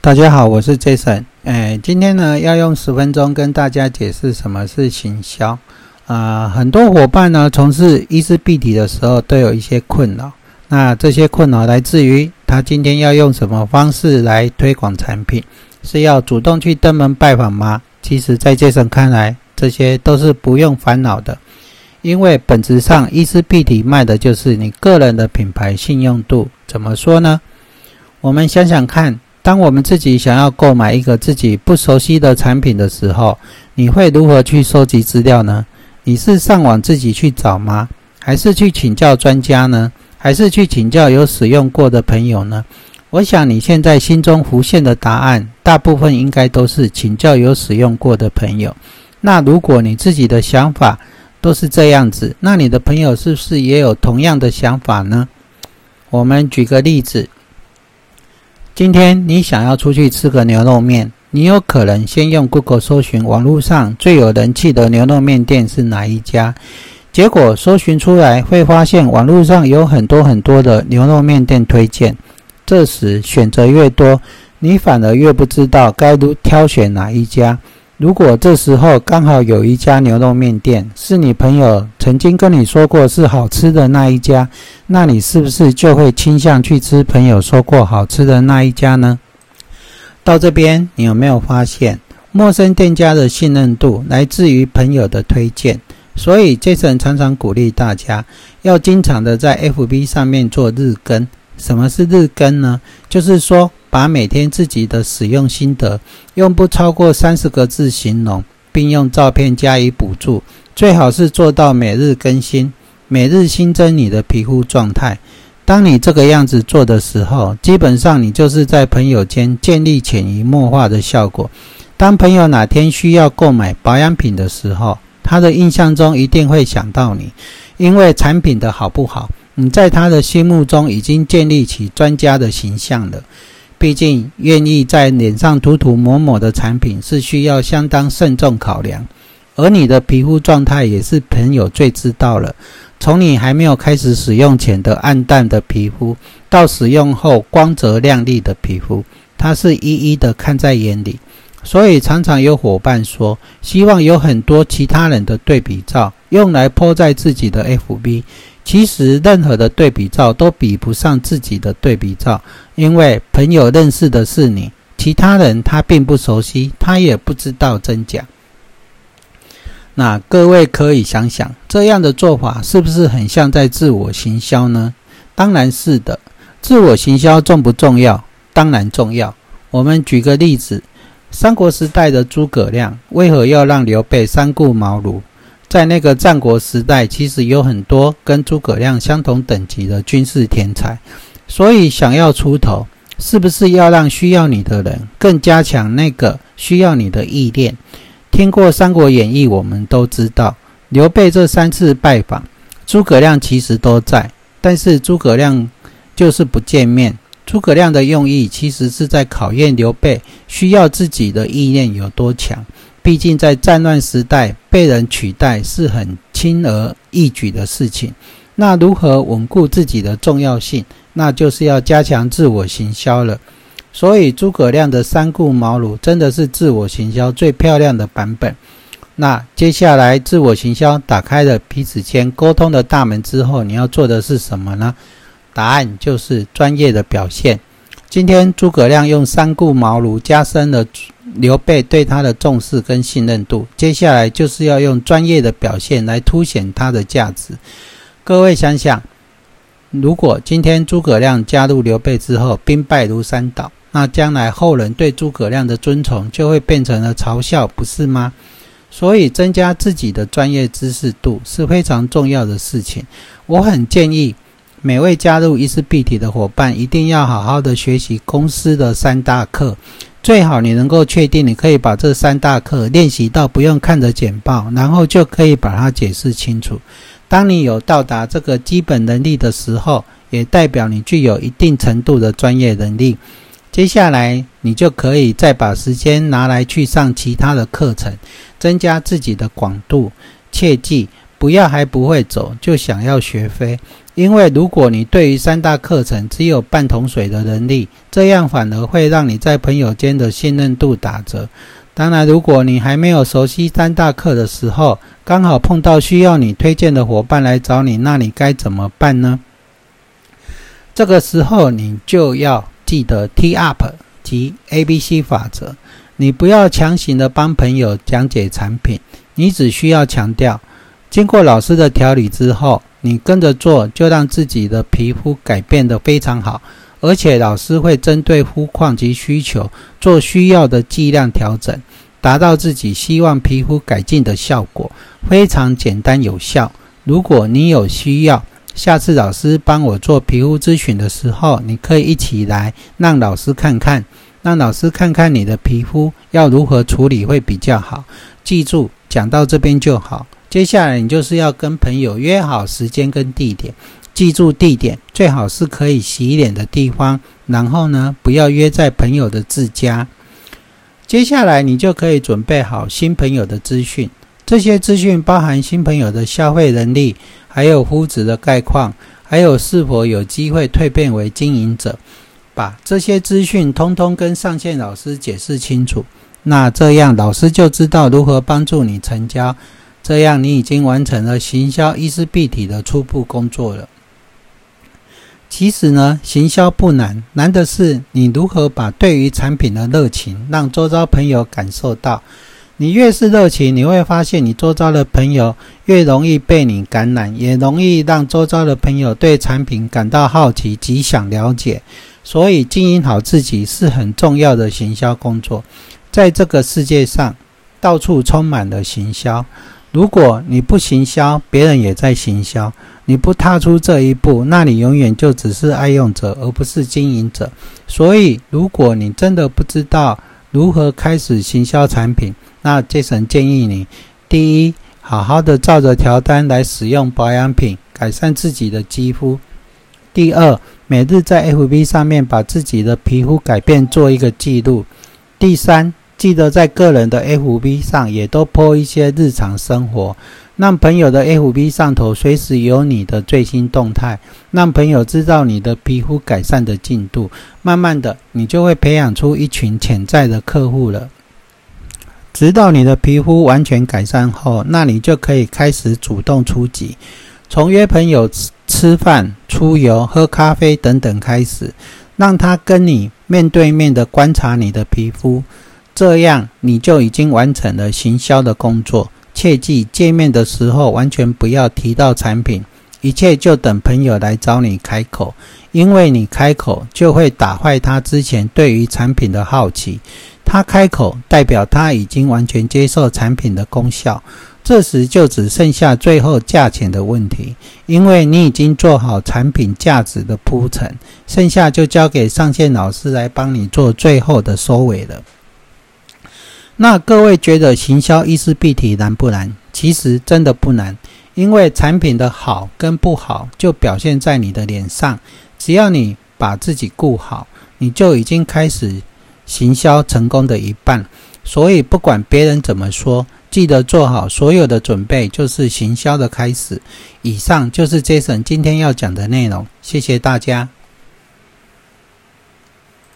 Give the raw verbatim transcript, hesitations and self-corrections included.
大家好，我是 Jason。诶，今天呢要用十分钟跟大家解释什么是行销。啊、呃，很多伙伴呢从事医师必体的时候都有一些困扰。那这些困扰来自于他今天要用什么方式来推广产品？是要主动去登门拜访吗？其实在 Jason 看来，这些都是不用烦恼的。因为本质上医师必体卖的就是你个人的品牌信用度。怎么说呢？我们想想看，当我们自己想要购买一个自己不熟悉的产品的时候，你会如何去收集资料呢？你是上网自己去找吗？还是去请教专家呢？还是去请教有使用过的朋友呢？我想你现在心中浮现的答案，大部分应该都是请教有使用过的朋友。那如果你自己的想法都是这样子，那你的朋友是不是也有同样的想法呢？我们举个例子，今天你想要出去吃个牛肉面，你有可能先用 Google 搜寻网络上最有人气的牛肉面店是哪一家，结果搜寻出来会发现网络上有很多很多的牛肉面店推荐，这时选择越多，你反而越不知道该挑选哪一家。如果这时候刚好有一家牛肉面店是你朋友曾经跟你说过是好吃的那一家，那你是不是就会倾向去吃朋友说过好吃的那一家呢？到这边你有没有发现，陌生店家的信任度来自于朋友的推荐？所以 Jason 常常鼓励大家要经常的在 F B 上面做日更。什么是日更呢？就是说把每天自己的使用心得用不超过三十个字形容，并用照片加以补助，最好是做到每日更新，每日新增你的皮肤状态。当你这个样子做的时候，基本上你就是在朋友间建立潜移默化的效果。当朋友哪天需要购买保养品的时候，他的印象中一定会想到你，因为产品的好不好，你在他的心目中已经建立起专家的形象了。毕竟愿意在脸上涂涂抹抹的产品是需要相当慎重考量，而你的皮肤状态也是朋友最知道了。从你还没有开始使用前的暗淡的皮肤，到使用后光泽亮丽的皮肤，他是一一的看在眼里。所以常常有伙伴说，希望有很多其他人的对比照用来 po 在自己的 F B。 其实任何的对比照都比不上自己的对比照，因为朋友认识的是你，其他人他并不熟悉，他也不知道真假。那各位可以想想，这样的做法是不是很像在自我行销呢？当然是的。自我行销重不重要？当然重要。我们举个例子，三国时代的诸葛亮为何要让刘备三顾茅庐？在那个战国时代，其实有很多跟诸葛亮相同等级的军事天才，所以想要出头，是不是要让需要你的人更加强那个需要你的意念？听过《三国演义》，我们都知道，刘备这三次拜访，诸葛亮其实都在，但是诸葛亮就是不见面。诸葛亮的用意其实是在考验刘备需要自己的意念有多强。毕竟在战乱时代，被人取代是很轻而易举的事情。那如何稳固自己的重要性？那就是要加强自我行销了。所以诸葛亮的三顾茅庐真的是自我行销最漂亮的版本。那接下来自我行销打开了彼此间沟通的大门之后，你要做的是什么呢？答案就是专业的表现。今天诸葛亮用三顾茅庐加深了刘备对他的重视跟信任度，接下来就是要用专业的表现来凸显他的价值。各位想想，如果今天诸葛亮加入刘备之后兵败如山倒，那将来后人对诸葛亮的尊崇就会变成了嘲笑，不是吗？所以增加自己的专业知识度是非常重要的事情。我很建议每位加入医师必体的伙伴一定要好好的学习公司的三大课，最好你能够确定你可以把这三大课练习到不用看着简报，然后就可以把它解释清楚。当你有到达这个基本能力的时候，也代表你具有一定程度的专业能力。接下来你就可以再把时间拿来去上其他的课程，增加自己的广度。切记不要还不会走就想要学飞， 因为如果你对于三大课程只有半桶水的能力，这样反而会让你在朋友间的信任度打折。当然，如果你还没有熟悉三大课的时候，刚好碰到需要你推荐的伙伴来找你，那你该怎么办呢？这个时候你就要记得 T up 及 A B C 法则。你不要强行的帮朋友讲解产品，你只需要强调，经过老师的调理之后，你跟着做就让自己的皮肤改变得非常好，而且老师会针对肤况及需求做需要的剂量调整，达到自己希望皮肤改进的效果，非常简单有效。如果你有需要，下次老师帮我做皮肤咨询的时候，你可以一起来让老师看看，让老师看看你的皮肤要如何处理会比较好。记住，讲到这边就好。接下来你就是要跟朋友约好时间跟地点，记住地点最好是可以洗脸的地方，然后呢，不要约在朋友的自家。接下来你就可以准备好新朋友的资讯，这些资讯包含新朋友的消费能力，还有肤质的概况，还有是否有机会蜕变为经营者。把这些资讯通通跟上线老师解释清楚，那这样老师就知道如何帮助你成交，这样你已经完成了行销伊思碧媞的初步工作了。其实呢，行销不难，难的是你如何把对于产品的热情让周遭朋友感受到。你越是热情，你会发现你周遭的朋友越容易被你感染，也容易让周遭的朋友对产品感到好奇及想了解。所以经营好自己是很重要的行销工作。在这个世界上，到处充满了行销。如果你不行销，别人也在行销。你不踏出这一步，那你永远就只是爱用者，而不是经营者。所以，如果你真的不知道如何开始行销产品，那 Jason 建议你，第一，好好的照着条单来使用保养品，改善自己的肌肤。第二，每日在 F B 上面把自己的皮肤改变做一个记录。第三，记得在个人的 F B 上也都 po 一些日常生活，让朋友的 F B 上头随时有你的最新动态，让朋友知道你的皮肤改善的进度。慢慢的，你就会培养出一群潜在的客户了。直到你的皮肤完全改善后，那你就可以开始主动出击，从约朋友吃饭、出游、喝咖啡等等开始，让他跟你面对面的观察你的皮肤，这样你就已经完成了行销的工作。切记见面的时候完全不要提到产品，一切就等朋友来找你开口，因为你开口就会打坏他之前对于产品的好奇。他开口代表他已经完全接受产品的功效，这时就只剩下最后价钱的问题，因为你已经做好产品价值的铺陈，剩下就交给上线老师来帮你做最后的收尾了。那各位觉得行销伊思碧媞难不难？其实真的不难，因为产品的好跟不好就表现在你的脸上，只要你把自己顾好，你就已经开始行销成功的一半。所以不管别人怎么说，记得做好所有的准备，就是行销的开始。以上就是 Jason 今天要讲的内容，谢谢大家。